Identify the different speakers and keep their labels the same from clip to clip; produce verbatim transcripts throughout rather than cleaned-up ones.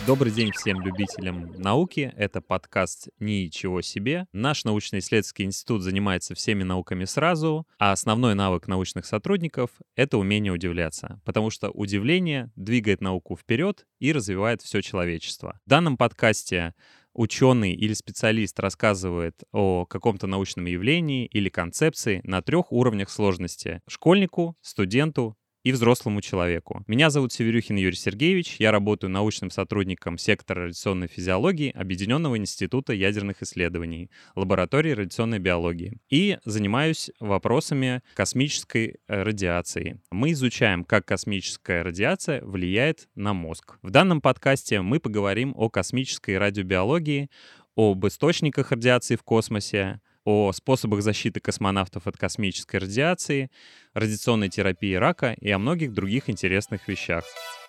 Speaker 1: Добрый день всем любителям науки. Это подкаст «Ничего себе». Наш научно-исследовательский институт занимается всеми науками сразу, а основной навык научных сотрудников — это умение удивляться, потому что удивление двигает науку вперед и развивает все человечество. В данном подкасте ученый или специалист рассказывает о каком-то научном явлении или концепции на трех уровнях сложности: школьнику, студенту и взрослому человеку. Меня зовут Северюхин Юрий Сергеевич, я работаю научным сотрудником сектора радиационной физиологии Объединенного института ядерных исследований, лаборатории радиационной биологии, и занимаюсь вопросами космической радиации. Мы изучаем, как космическая радиация влияет на мозг. В данном подкасте мы поговорим о космической радиобиологии, об источниках радиации в космосе, о способах защиты космонавтов от космической радиации, радиационной терапии рака и о многих других интересных вещах.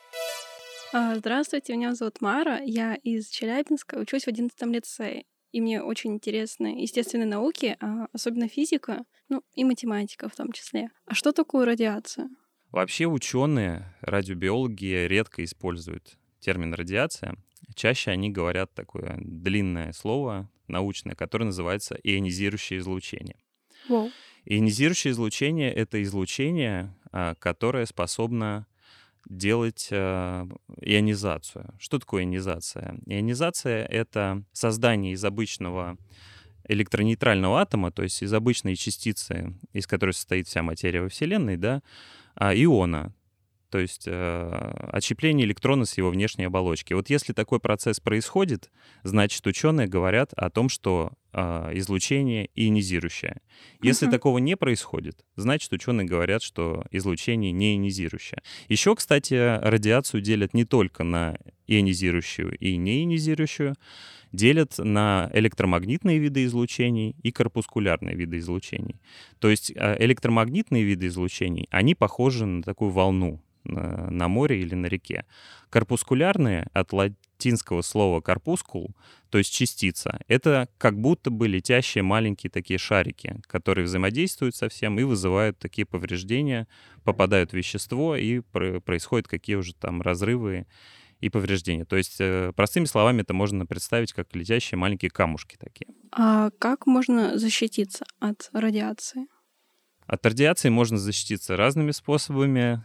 Speaker 2: Здравствуйте, меня зовут Мара, я из Челябинска, учусь в одиннадцатом лицее. И мне очень интересны естественные науки, особенно физика, ну и математика в том числе. А что такое радиация?
Speaker 1: Вообще ученые, радиобиологи редко используют термин «радиация». Чаще они говорят такое длинное слово научное, которое называется ионизирующее излучение.
Speaker 2: Wow.
Speaker 1: Ионизирующее излучение — это излучение, которое способно делать ионизацию. Что такое ионизация? Ионизация — это создание из обычного электронейтрального атома, то есть из обычной частицы, из которой состоит вся материя во Вселенной, да, иона. То есть э, отщепление электрона с его внешней оболочки. Вот если такой процесс происходит, значит, ученые говорят о том, что э, излучение ионизирующее. Если uh-huh. такого не происходит, значит, ученые говорят, что излучение не ионизирующее. Еще, кстати, радиацию делят не только на ионизирующую и неионизирующую, делят на электромагнитные виды излучений и корпускулярные виды излучений. То есть электромагнитные виды излучений, они похожи на такую волну на море или на реке. Корпускулярные, от латинского слова «корпускул», то есть частица, это как будто бы летящие маленькие такие шарики, которые взаимодействуют со всем и вызывают такие повреждения, попадают в вещество, и происходят какие уже там разрывы и повреждения. То есть, простыми словами, это можно представить как летящие маленькие камушки такие.
Speaker 2: А как можно защититься от радиации?
Speaker 1: От радиации можно защититься разными способами.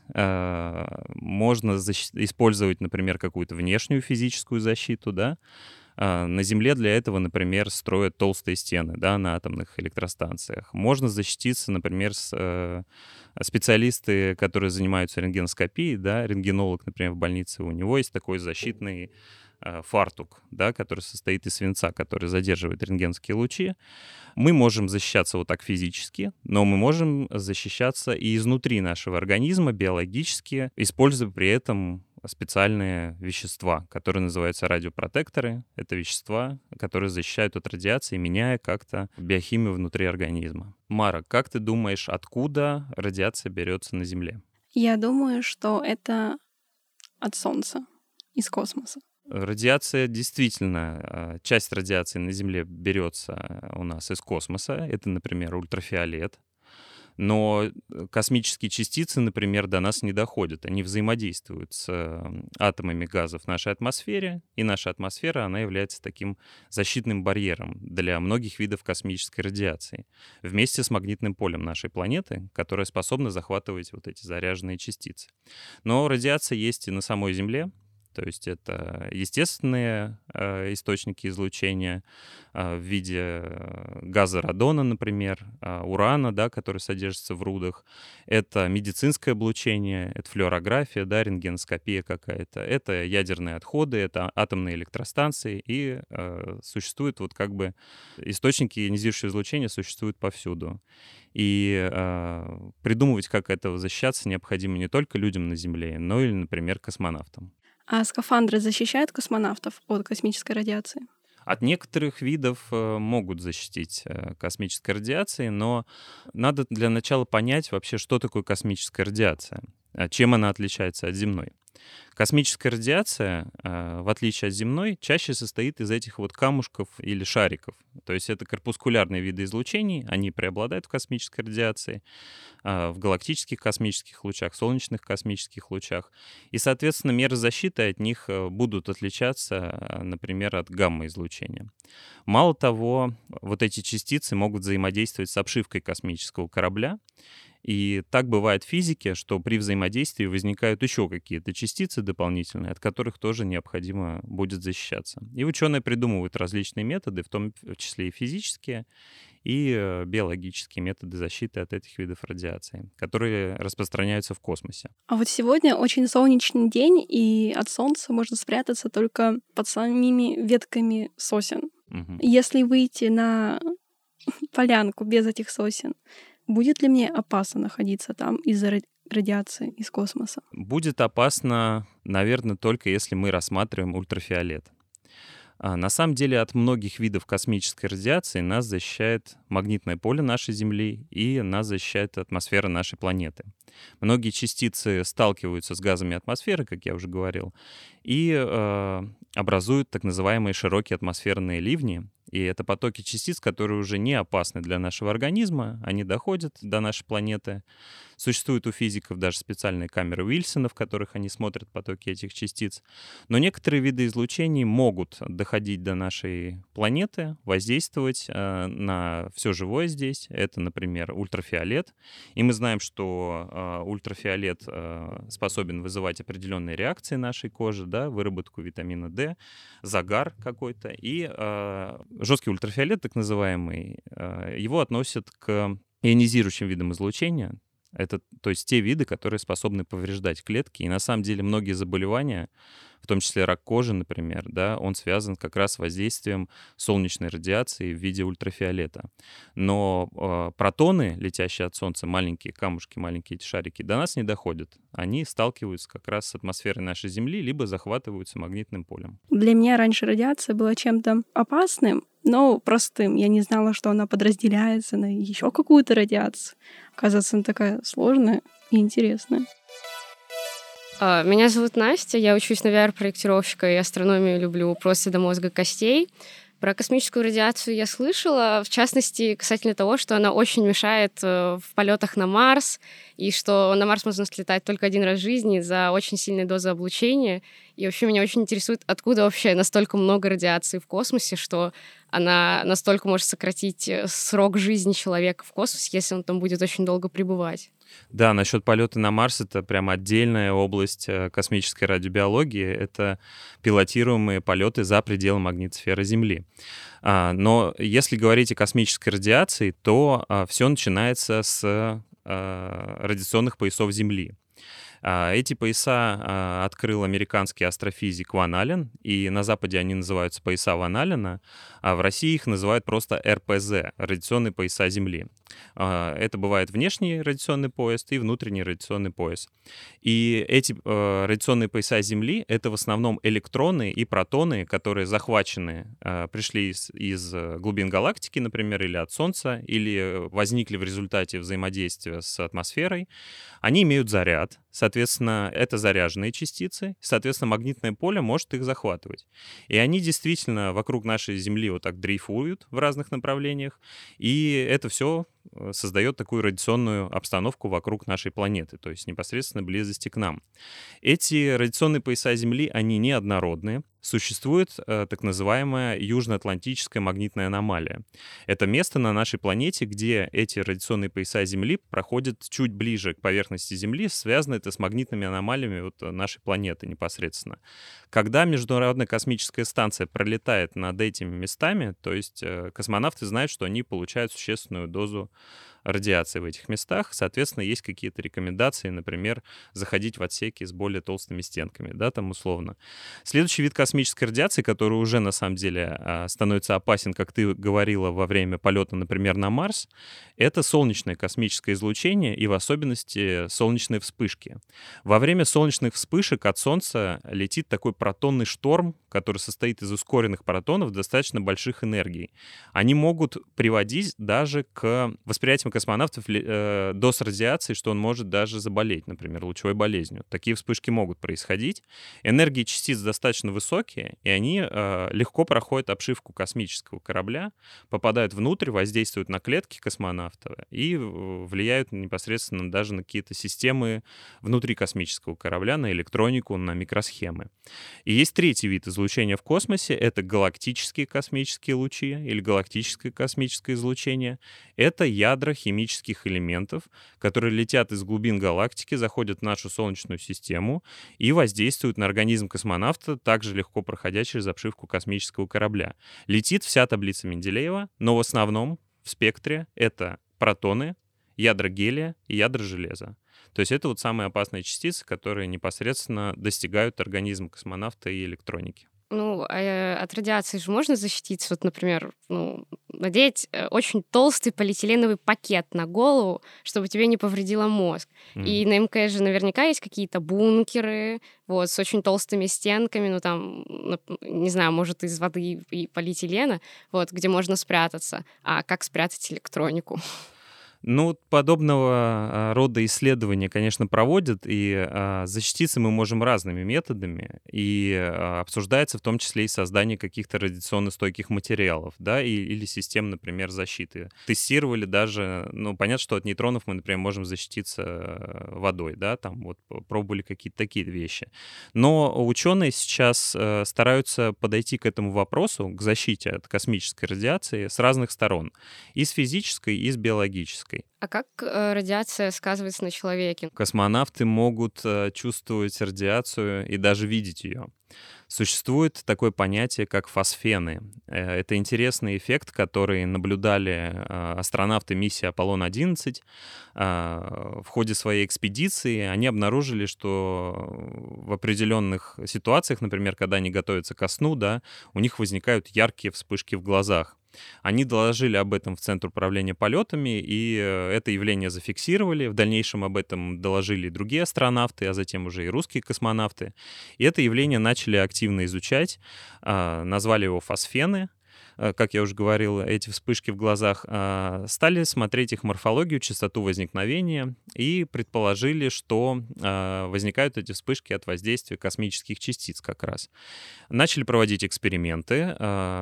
Speaker 1: Можно защ... использовать, например, какую-то внешнюю физическую защиту, да. На Земле для этого, например, строят толстые стены, да, на атомных электростанциях. Можно защититься, например, с специалисты, которые занимаются рентгеноскопией, да, рентгенолог, например, в больнице, у него есть такой защитный фартук, да, который состоит из свинца, который задерживает рентгенские лучи. Мы можем защищаться вот так физически, но мы можем защищаться и изнутри нашего организма биологически, используя при этом специальные вещества, которые называются радиопротекторы. Это вещества, которые защищают от радиации, меняя как-то биохимию внутри организма. Мара, как ты думаешь, откуда радиация берется на Земле?
Speaker 2: Я думаю, что это от Солнца, из космоса.
Speaker 1: Радиация действительно, часть радиации на Земле берется у нас из космоса. Это, например, ультрафиолет. Но космические частицы, например, до нас не доходят. Они взаимодействуют с атомами газов в нашей атмосфере, и наша атмосфера, она является таким защитным барьером для многих видов космической радиации, вместе с магнитным полем нашей планеты, которое способно захватывать вот эти заряженные частицы. Но радиация есть и на самой Земле. То есть это естественные э, источники излучения э, в виде газа радона, например, э, урана, да, который содержится в рудах. Это медицинское облучение, это флюорография, да, рентгеноскопия какая-то. Это ядерные отходы, это атомные электростанции. И э, существуют вот как бы источники ионизирующего излучения существуют повсюду. И э, придумывать, как этого защищаться, необходимо не только людям на Земле, но и, например, космонавтам.
Speaker 2: А скафандры защищают космонавтов от космической радиации?
Speaker 1: От некоторых видов могут защитить космической радиацией, но надо для начала понять вообще, что такое космическая радиация, чем она отличается от земной. Космическая радиация, а, в отличие от земной, чаще состоит из этих вот камушков или шариков. То есть это корпускулярные виды излучений, они преобладают в космической радиации, а, в галактических космических лучах, солнечных космических лучах. И, соответственно, меры защиты от них э, будут отличаться, а, например, от гамма-излучения. Мало того, вот эти частицы могут взаимодействовать с обшивкой космического корабля. И так бывает в физике, что при взаимодействии возникают еще какие-то частицы дополнительные, от которых тоже необходимо будет защищаться. И ученые придумывают различные методы, в том числе и физические, и э, биологические методы защиты от этих видов радиации, которые распространяются в космосе.
Speaker 2: А вот сегодня очень солнечный день, и от солнца можно спрятаться только под самими ветками сосен.
Speaker 1: Мгм.
Speaker 2: Если выйти на полянку без этих сосен, будет ли мне опасно находиться там из-за ра- радиации из космоса?
Speaker 1: Будет опасно, наверное, только если мы рассматриваем ультрафиолет. А, На самом деле от многих видов космической радиации нас защищает магнитное поле нашей Земли и нас защищает атмосфера нашей планеты. Многие частицы сталкиваются с газами атмосферы, как я уже говорил, и э, образуют так называемые широкие атмосферные ливни. И это потоки частиц, которые уже не опасны для нашего организма, они доходят до нашей планеты. Существуют у физиков даже специальные камеры Уильсона, в которых они смотрят потоки этих частиц. Но некоторые виды излучений могут доходить до нашей планеты, воздействовать э, на все живое здесь. Это, например, ультрафиолет. И мы знаем, что э, ультрафиолет э, способен вызывать определенные реакции нашей кожи, да, выработку витамина D, загар какой-то. И э, жесткий ультрафиолет, так называемый, э, его относят к ионизирующим видам излучения. Это, то есть, те виды, которые способны повреждать клетки. И на самом деле многие заболевания, в том числе рак кожи, например, да, он связан как раз с воздействием солнечной радиации в виде ультрафиолета. Но э, протоны, летящие от Солнца, маленькие камушки, маленькие эти шарики, до нас не доходят. Они сталкиваются как раз с атмосферой нашей Земли, либо захватываются магнитным полем.
Speaker 2: Для меня раньше радиация была чем-то опасным, но простым. Я не знала, что она подразделяется на еще какую-то радиацию. Оказывается, она такая сложная и интересная.
Speaker 3: А, Меня зовут Настя, я учусь на ви ар-проектировщика и астрономию люблю просто до мозга костей. Про космическую радиацию я слышала, в частности, касательно того, что она очень мешает э, в полетах на Марс, и что на Марс можно слетать только один раз в жизни за очень сильной дозы облучения. И вообще меня очень интересует, откуда вообще настолько много радиации в космосе, что она настолько может сократить э, срок жизни человека в космосе, если он там будет очень долго пребывать.
Speaker 1: Да, насчет полета на Марс — это прям отдельная область э, космической радиобиологии. Это пилотируемые полеты за пределы магнитосферы Земли. А, Но если говорить о космической радиации, то все начинается с а, радиационных поясов Земли. А, Эти пояса а, открыл американский астрофизик Ван Аллен, и на Западе они называются пояса Ван Аллена, а в России их называют просто эр пэ зэ — радиационные пояса Земли. А, Это бывает внешний радиационный пояс и внутренний радиационный пояс. И эти э, радиационные пояса Земли — это в основном электроны и протоны, которые захвачены, э, пришли из, из э, глубин галактики, например, или от Солнца, или возникли в результате взаимодействия с атмосферой. Они имеют заряд, соответственно, это заряженные частицы, соответственно, магнитное поле может их захватывать. И они действительно вокруг нашей Земли вот так дрейфуют в разных направлениях, и это все создает такую радиационную обстановку вокруг нашей планеты, то есть непосредственно близости к нам. Эти радиационные пояса Земли, они неоднородные. Существует э, так называемая южноатлантическая магнитная аномалия. Это место на нашей планете, где эти радиационные пояса Земли проходят чуть ближе к поверхности Земли. Связано это с магнитными аномалиями вот нашей планеты непосредственно. Когда Международная космическая станция пролетает над этими местами, то есть э, космонавты знают, что они получают существенную дозу радиации в этих местах. Соответственно, есть какие-то рекомендации, например, заходить в отсеки с более толстыми стенками, да, там условно. Следующий вид космической радиации, который уже на самом деле а, становится опасен, как ты говорила, во время полета, например, на Марс, это солнечное космическое излучение и в особенности солнечные вспышки. Во время солнечных вспышек от Солнца летит такой протонный шторм, который состоит из ускоренных протонов достаточно больших энергий. Они могут приводить даже к восприятию организма космонавтов э, доз радиации, что он может даже заболеть, например, лучевой болезнью. Такие вспышки могут происходить. Энергии частиц достаточно высокие, и они э, легко проходят обшивку космического корабля, попадают внутрь, воздействуют на клетки космонавта и влияют непосредственно даже на какие-то системы внутри космического корабля, на электронику, на микросхемы. И есть третий вид излучения в космосе — это галактические космические лучи или галактическое космическое излучение. Это ядра химических элементов, которые летят из глубин галактики, заходят в нашу Солнечную систему и воздействуют на организм космонавта, также легко проходя через обшивку космического корабля. Летит вся таблица Менделеева, но в основном в спектре это протоны, ядра гелия и ядра железа. То есть это вот самые опасные частицы, которые непосредственно достигают организма космонавта и электроники.
Speaker 3: Ну, а от радиации же можно защититься? Вот, например, ну, надеть очень толстый полиэтиленовый пакет на голову, чтобы тебе не повредило мозг. Mm. И на эм ка эс же наверняка есть какие-то бункеры, вот, с очень толстыми стенками, ну, там, не знаю, может, из воды и полиэтилена, вот, где можно спрятаться. А как спрятать электронику?
Speaker 1: Ну, подобного рода исследования, конечно, проводят, и а, защититься мы можем разными методами, и а, обсуждается в том числе и создание каких-то радиационно стойких материалов, да, и, или систем, например, защиты. Тестировали даже, ну, понятно, что от нейтронов мы, например, можем защититься водой, да, там вот пробовали какие-то такие вещи. Но ученые сейчас а, стараются подойти к этому вопросу, к защите от космической радиации с разных сторон, и с физической, и с биологической.
Speaker 3: А как э, радиация сказывается на человеке?
Speaker 1: Космонавты могут э, чувствовать радиацию и даже видеть ее. Существует такое понятие, как фосфены. Э, это интересный эффект, который наблюдали э, астронавты миссии Аполлон одиннадцать. Э, в ходе своей экспедиции они обнаружили, что в определенных ситуациях, например, когда они готовятся ко сну, да, у них возникают яркие вспышки в глазах. Они доложили об этом в Центр управления полетами, и это явление зафиксировали. В дальнейшем об этом доложили и другие астронавты, а затем уже и русские космонавты. И это явление начали активно изучать, назвали его фосфены. Как я уже говорил, эти вспышки в глазах, стали смотреть их морфологию, частоту возникновения и предположили, что возникают эти вспышки от воздействия космических частиц как раз. Начали проводить эксперименты.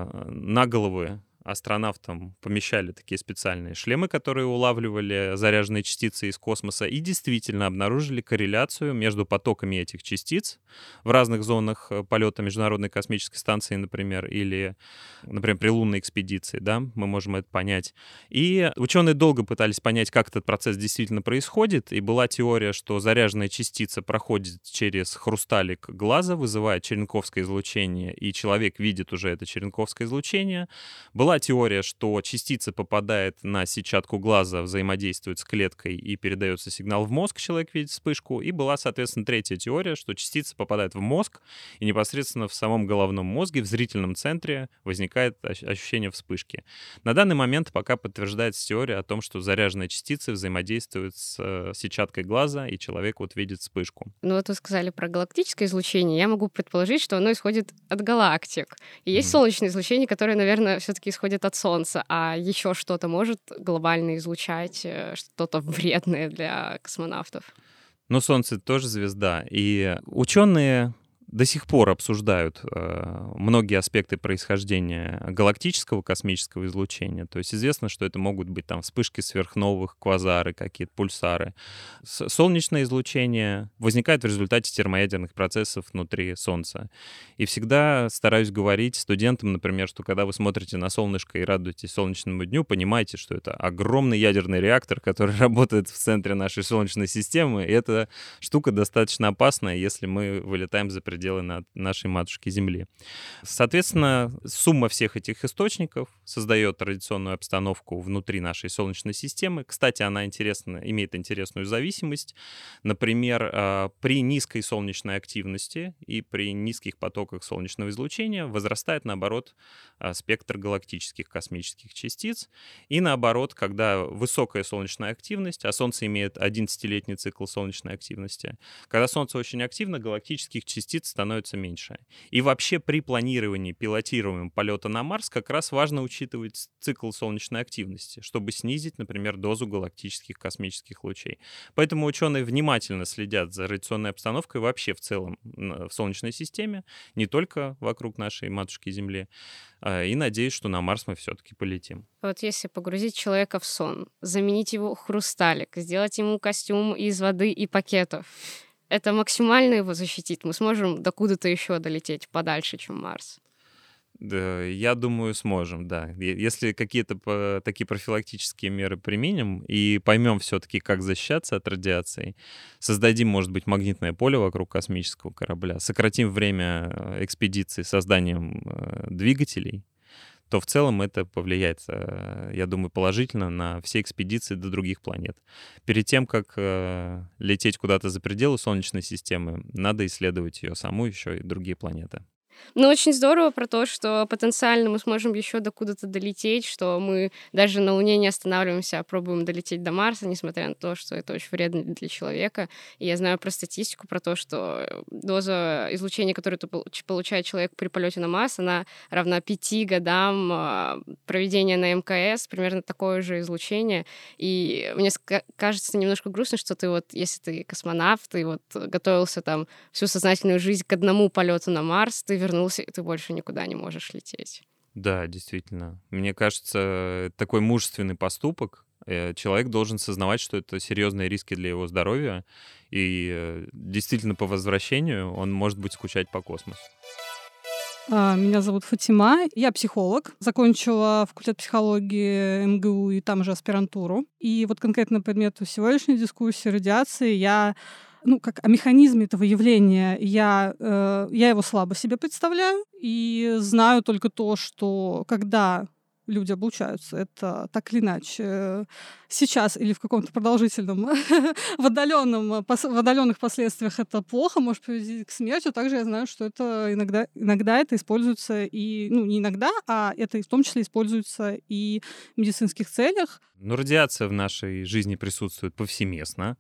Speaker 1: На головы астронавтам помещали такие специальные шлемы, которые улавливали заряженные частицы из космоса, и действительно обнаружили корреляцию между потоками этих частиц в разных зонах полета Международной космической станции, например, или, например, при лунной экспедиции, да, мы можем это понять. И ученые долго пытались понять, как этот процесс действительно происходит, и была теория, что заряженная частица проходит через хрусталик глаза, вызывает черенковское излучение, и человек видит уже это черенковское излучение. Была теория, что частица попадает на сетчатку глаза, взаимодействует с клеткой и передается сигнал в мозг, человек видит вспышку. И была, соответственно, третья теория, что частица попадает в мозг, и непосредственно в самом головном мозге, в зрительном центре возникает ощущение вспышки. На данный момент пока подтверждается теория о том, что заряженные частицы взаимодействуют с сетчаткой глаза, и человек вот видит вспышку.
Speaker 3: Ну вот вы сказали про галактическое излучение. Я могу предположить, что оно исходит от галактик. И есть mm-hmm. солнечное излучение, которое, наверное, все-таки исходит от Солнца, а еще что-то может глобально излучать, что-то вредное для космонавтов?
Speaker 1: Ну, Солнце тоже звезда, и ученые до сих пор обсуждают э, многие аспекты происхождения галактического космического излучения. То есть известно, что это могут быть там вспышки сверхновых, квазары, какие-то пульсары. С- солнечное излучение возникает в результате термоядерных процессов внутри Солнца. И всегда стараюсь говорить студентам, например, что когда вы смотрите на солнышко и радуетесь солнечному дню, понимайте, что это огромный ядерный реактор, который работает в центре нашей Солнечной системы. И эта штука достаточно опасная, если мы вылетаем за пределы дело на нашей матушке Земли. Соответственно, сумма всех этих источников создает радиационную обстановку внутри нашей Солнечной системы. Кстати, она интересна, имеет интересную зависимость. Например, при низкой солнечной активности и при низких потоках солнечного излучения возрастает, наоборот, спектр галактических космических частиц. И наоборот, когда высокая солнечная активность, а Солнце имеет одиннадцатилетний цикл солнечной активности, когда Солнце очень активно, галактических частиц становится меньше. И вообще при планировании пилотируемого полета на Марс как раз важно учитывать учитывать цикл солнечной активности, чтобы снизить, например, дозу галактических космических лучей. Поэтому ученые внимательно следят за радиационной обстановкой вообще в целом в Солнечной системе, не только вокруг нашей матушки Земли, и надеюсь, что на Марс мы все-таки полетим.
Speaker 3: Вот если погрузить человека в сон, заменить его хрусталик, сделать ему костюм из воды и пакетов, это максимально его защитит? Мы сможем докуда-то еще долететь подальше, чем Марс?
Speaker 1: Да, я думаю, сможем, да. Если какие-то такие профилактические меры применим и поймем все-таки, как защищаться от радиации, создадим, может быть, магнитное поле вокруг космического корабля, сократим время экспедиции созданием двигателей, то в целом это повлияет, я думаю, положительно на все экспедиции до других планет. Перед тем, как лететь куда-то за пределы Солнечной системы, надо исследовать ее саму, еще и другие планеты.
Speaker 3: Ну, очень здорово про то, что потенциально мы сможем еще докуда-то долететь, что мы даже на Луне не останавливаемся, а пробуем долететь до Марса, несмотря на то, что это очень вредно для человека. И я знаю про статистику, про то, что доза излучения, которую получает человек при полете на Марс, она равна пяти годам проведения на эм ка эс, примерно такое же излучение. И мне кажется немножко грустно, что ты вот, если ты космонавт, ты вот готовился там всю сознательную жизнь к одному полету на Марс, ты вернулся, и ты больше никуда не можешь лететь.
Speaker 1: Да, действительно. Мне кажется, такой мужественный поступок. Человек должен сознавать, что это серьезные риски для его здоровья, и действительно по возвращению он, может быть, скучать по космосу.
Speaker 4: Меня зовут Фатима, я психолог, закончила факультет психологии эм гэ у и там же аспирантуру. И вот конкретно по предмету сегодняшней дискуссии радиации я ну, как о механизме этого явления я, э, я его слабо себе представляю и знаю только то, что когда люди облучаются, это так или иначе сейчас или в каком-то продолжительном, в, отдаленном, в отдаленных последствиях это плохо, может привести к смерти. Также я знаю, что это иногда, иногда это используется и, ну, не иногда, а это в том числе используется и в медицинских целях.
Speaker 1: Ну, радиация в нашей жизни присутствует повсеместно.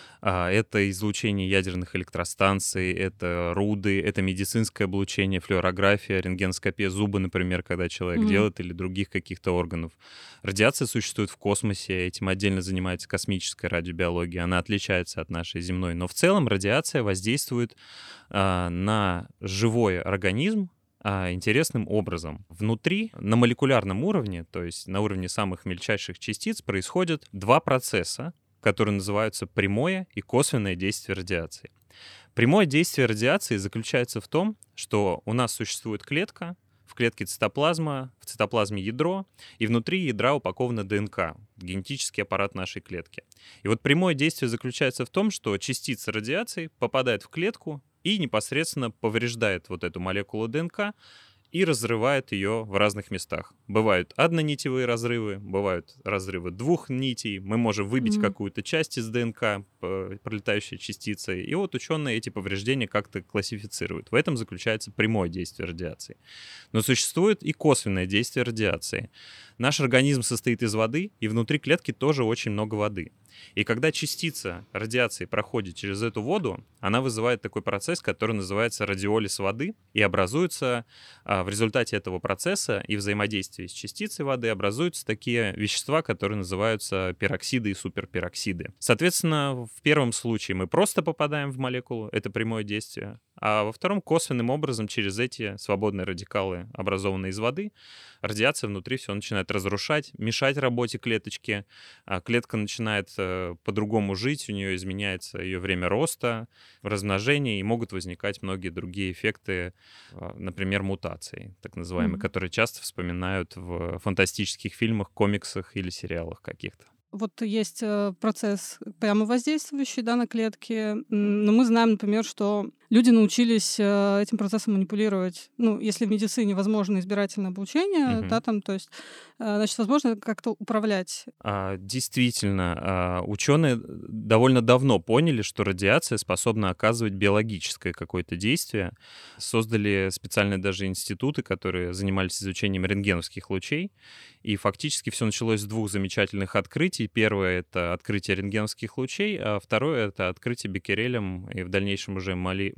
Speaker 1: Это излучение ядерных электростанций, это руды, это медицинское облучение, флюорография, рентгеноскопия зуба, например, когда человек mm-hmm. делает, или других каких-то органов. Радиация существует в космосе, этим отдельно занимается космическая радиобиология, она отличается от нашей земной. Но в целом радиация воздействует а, на живой организм а, интересным образом. Внутри, на молекулярном уровне, то есть на уровне самых мельчайших частиц, происходят два процесса, которые называются прямое и косвенное действие радиации. Прямое действие радиации заключается в том, что у нас существует клетка, в клетке цитоплазма, в цитоплазме ядро, и внутри ядра упакована дэ эн ка, генетический аппарат нашей клетки. И вот прямое действие заключается в том, что частица радиации попадает в клетку и непосредственно повреждает вот эту молекулу дэ эн ка, и разрывает ее в разных местах. Бывают однонитевые разрывы, бывают разрывы двух нитей. Мы можем выбить mm-hmm. какую-то часть из дэ эн ка, пролетающей частицей. И вот ученые эти повреждения как-то классифицируют. В этом заключается прямое действие радиации. Но существует и косвенное действие радиации. Наш организм состоит из воды, и внутри клетки тоже очень много воды. И когда частица радиации проходит через эту воду, она вызывает такой процесс, который называется радиолиз воды, и образуется а, в результате этого процесса и взаимодействия с частицей воды образуются такие вещества, которые называются пероксиды и суперпероксиды. Соответственно, в первом случае мы просто попадаем в молекулу, это прямое действие, а во втором косвенным образом через эти свободные радикалы, образованные из воды, радиация внутри все начинает разрушать, мешать работе клеточки, а клетка начинает по-другому жить, у нее изменяется ее время роста, размножения, и могут возникать многие другие эффекты, например, мутации, так называемые, mm-hmm. которые часто вспоминают в фантастических фильмах, комиксах или сериалах каких-то.
Speaker 4: Вот есть процесс прямо воздействующий, да, на клетки, но мы знаем, например, что люди научились этим процессом манипулировать. Ну, если в медицине возможно избирательное облучение, угу. да, там, то есть, значит, возможно как-то управлять.
Speaker 1: А, действительно, ученые довольно давно поняли, что радиация способна оказывать биологическое какое-то действие. Создали специальные даже институты, которые занимались изучением рентгеновских лучей, и фактически все началось с двух замечательных открытий. Первое — это открытие рентгеновских лучей, а второе — это открытие Беккерелем и в дальнейшем уже моли-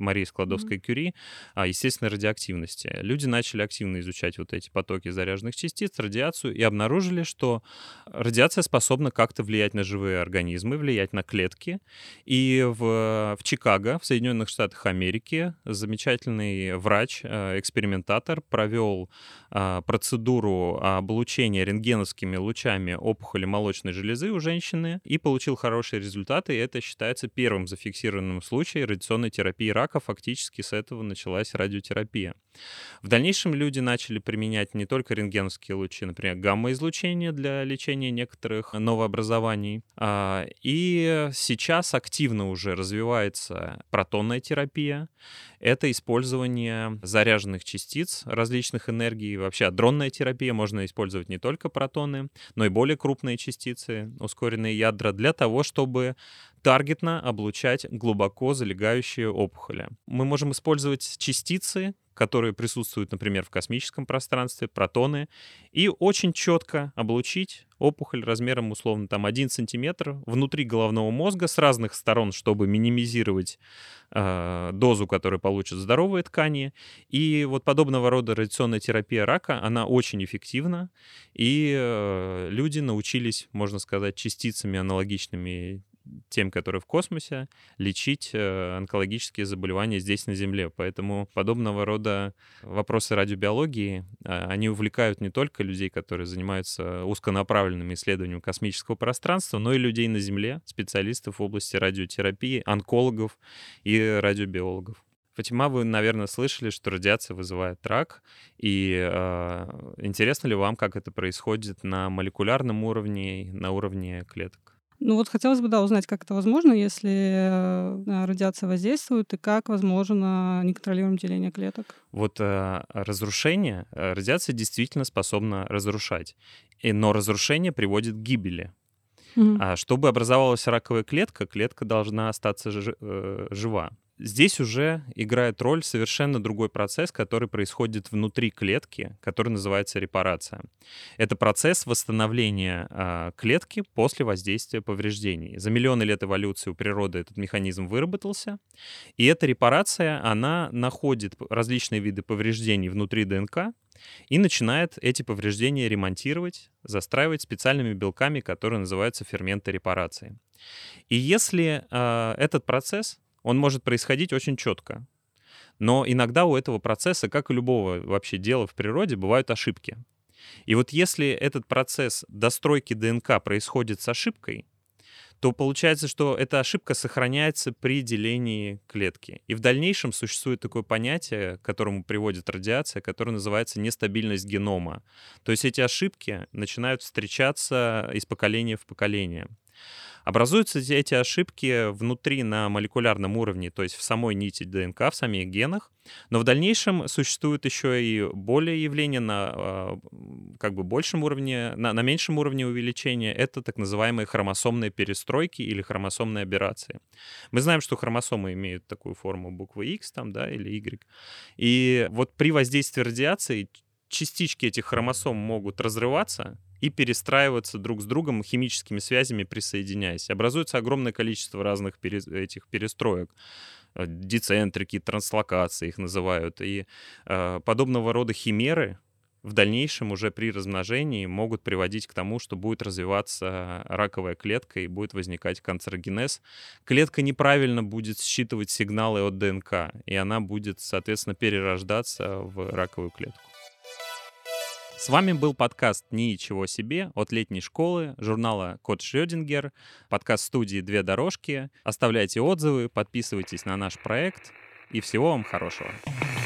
Speaker 1: Марии Складовской-Кюри о естественной радиоактивности. Люди начали активно изучать вот эти потоки заряженных частиц, радиацию, и обнаружили, что радиация способна как-то влиять на живые организмы, влиять на клетки. И в, в Чикаго, в Соединенных Штатах Америки, замечательный врач, экспериментатор провел процедуру облучения рентгеновскими лучами опухоли молочной железы у женщины и получил хорошие результаты. И это считается первым зафиксированным случаем радиационной терапии рака. Фактически с этого началась радиотерапия. В дальнейшем люди начали применять не только рентгеновские лучи, например, гамма-излучение для лечения некоторых новообразований. И сейчас активно уже развивается протонная терапия. Это использование заряженных частиц различных энергий. Вообще адронная терапия, можно использовать не только протоны, но и более крупные частицы, ускоренные ядра, для того, чтобы таргетно облучать глубоко залегающие опухоли. Мы можем использовать частицы, которые присутствуют, например, в космическом пространстве, протоны, и очень четко облучить опухоль размером, условно, там один сантиметр внутри головного мозга с разных сторон, чтобы минимизировать э, дозу, которую получат здоровые ткани. И вот подобного рода радиационная терапия рака, она очень эффективна, и э, люди научились, можно сказать, частицами аналогичными тем, которые в космосе, лечить э, онкологические заболевания здесь, на Земле. Поэтому подобного рода вопросы радиобиологии, э, они увлекают не только людей, которые занимаются узконаправленными исследованиями космического пространства, но и людей на Земле, специалистов в области радиотерапии, онкологов и радиобиологов. Фатима, вы, наверное, слышали, что радиация вызывает рак. И э, интересно ли вам, как это происходит на молекулярном уровне, на уровне клеток?
Speaker 4: Ну вот хотелось бы, да, узнать, как это возможно, если э, радиация воздействует, и как возможно неконтролируемое деление клеток.
Speaker 1: Вот э, разрушение, э, радиация действительно способна разрушать, и, но разрушение приводит к гибели.
Speaker 4: Мгм.
Speaker 1: А чтобы образовалась раковая клетка, клетка должна остаться жи- э, жива. Здесь уже играет роль совершенно другой процесс, который происходит внутри клетки, который называется репарация. Это процесс восстановления а, клетки после воздействия повреждений. За миллионы лет эволюции у природы этот механизм выработался, и эта репарация, она находит различные виды повреждений внутри ДНК и начинает эти повреждения ремонтировать, застраивать специальными белками, которые называются ферменты репарации. И если а, этот процесс, он может происходить очень четко. Но иногда у этого процесса, как и любого вообще дела в природе, бывают ошибки. И вот если этот процесс достройки ДНК происходит с ошибкой, то получается, что эта ошибка сохраняется при делении клетки. И в дальнейшем существует такое понятие, к которому приводит радиация, которое называется нестабильность генома. То есть эти ошибки начинают встречаться из поколения в поколение. Образуются эти ошибки внутри на молекулярном уровне, то есть в самой нити ДНК, в самих генах, но в дальнейшем существует еще и более явления на как бы большем уровне, на, на меньшем уровне увеличения. Это так называемые хромосомные перестройки или хромосомные аберрации. Мы знаем, что хромосомы имеют такую форму буквы X там, да, или Y. И вот при воздействии радиации частички этих хромосом могут разрываться и перестраиваться друг с другом химическими связями, присоединяясь. Образуется огромное количество разных пере- этих перестроек. Децентрики, транслокации их называют. И э, подобного рода химеры в дальнейшем уже при размножении могут приводить к тому, что будет развиваться раковая клетка и будет возникать канцерогенез. Клетка неправильно будет считывать сигналы от ДНК, и она будет, соответственно, перерождаться в раковую клетку. С вами был подкаст «Ничего себе» от летней школы, журнала «Код Шрёдингер», подкаст студии «Две дорожки». Оставляйте отзывы, подписывайтесь на наш проект, и всего вам хорошего.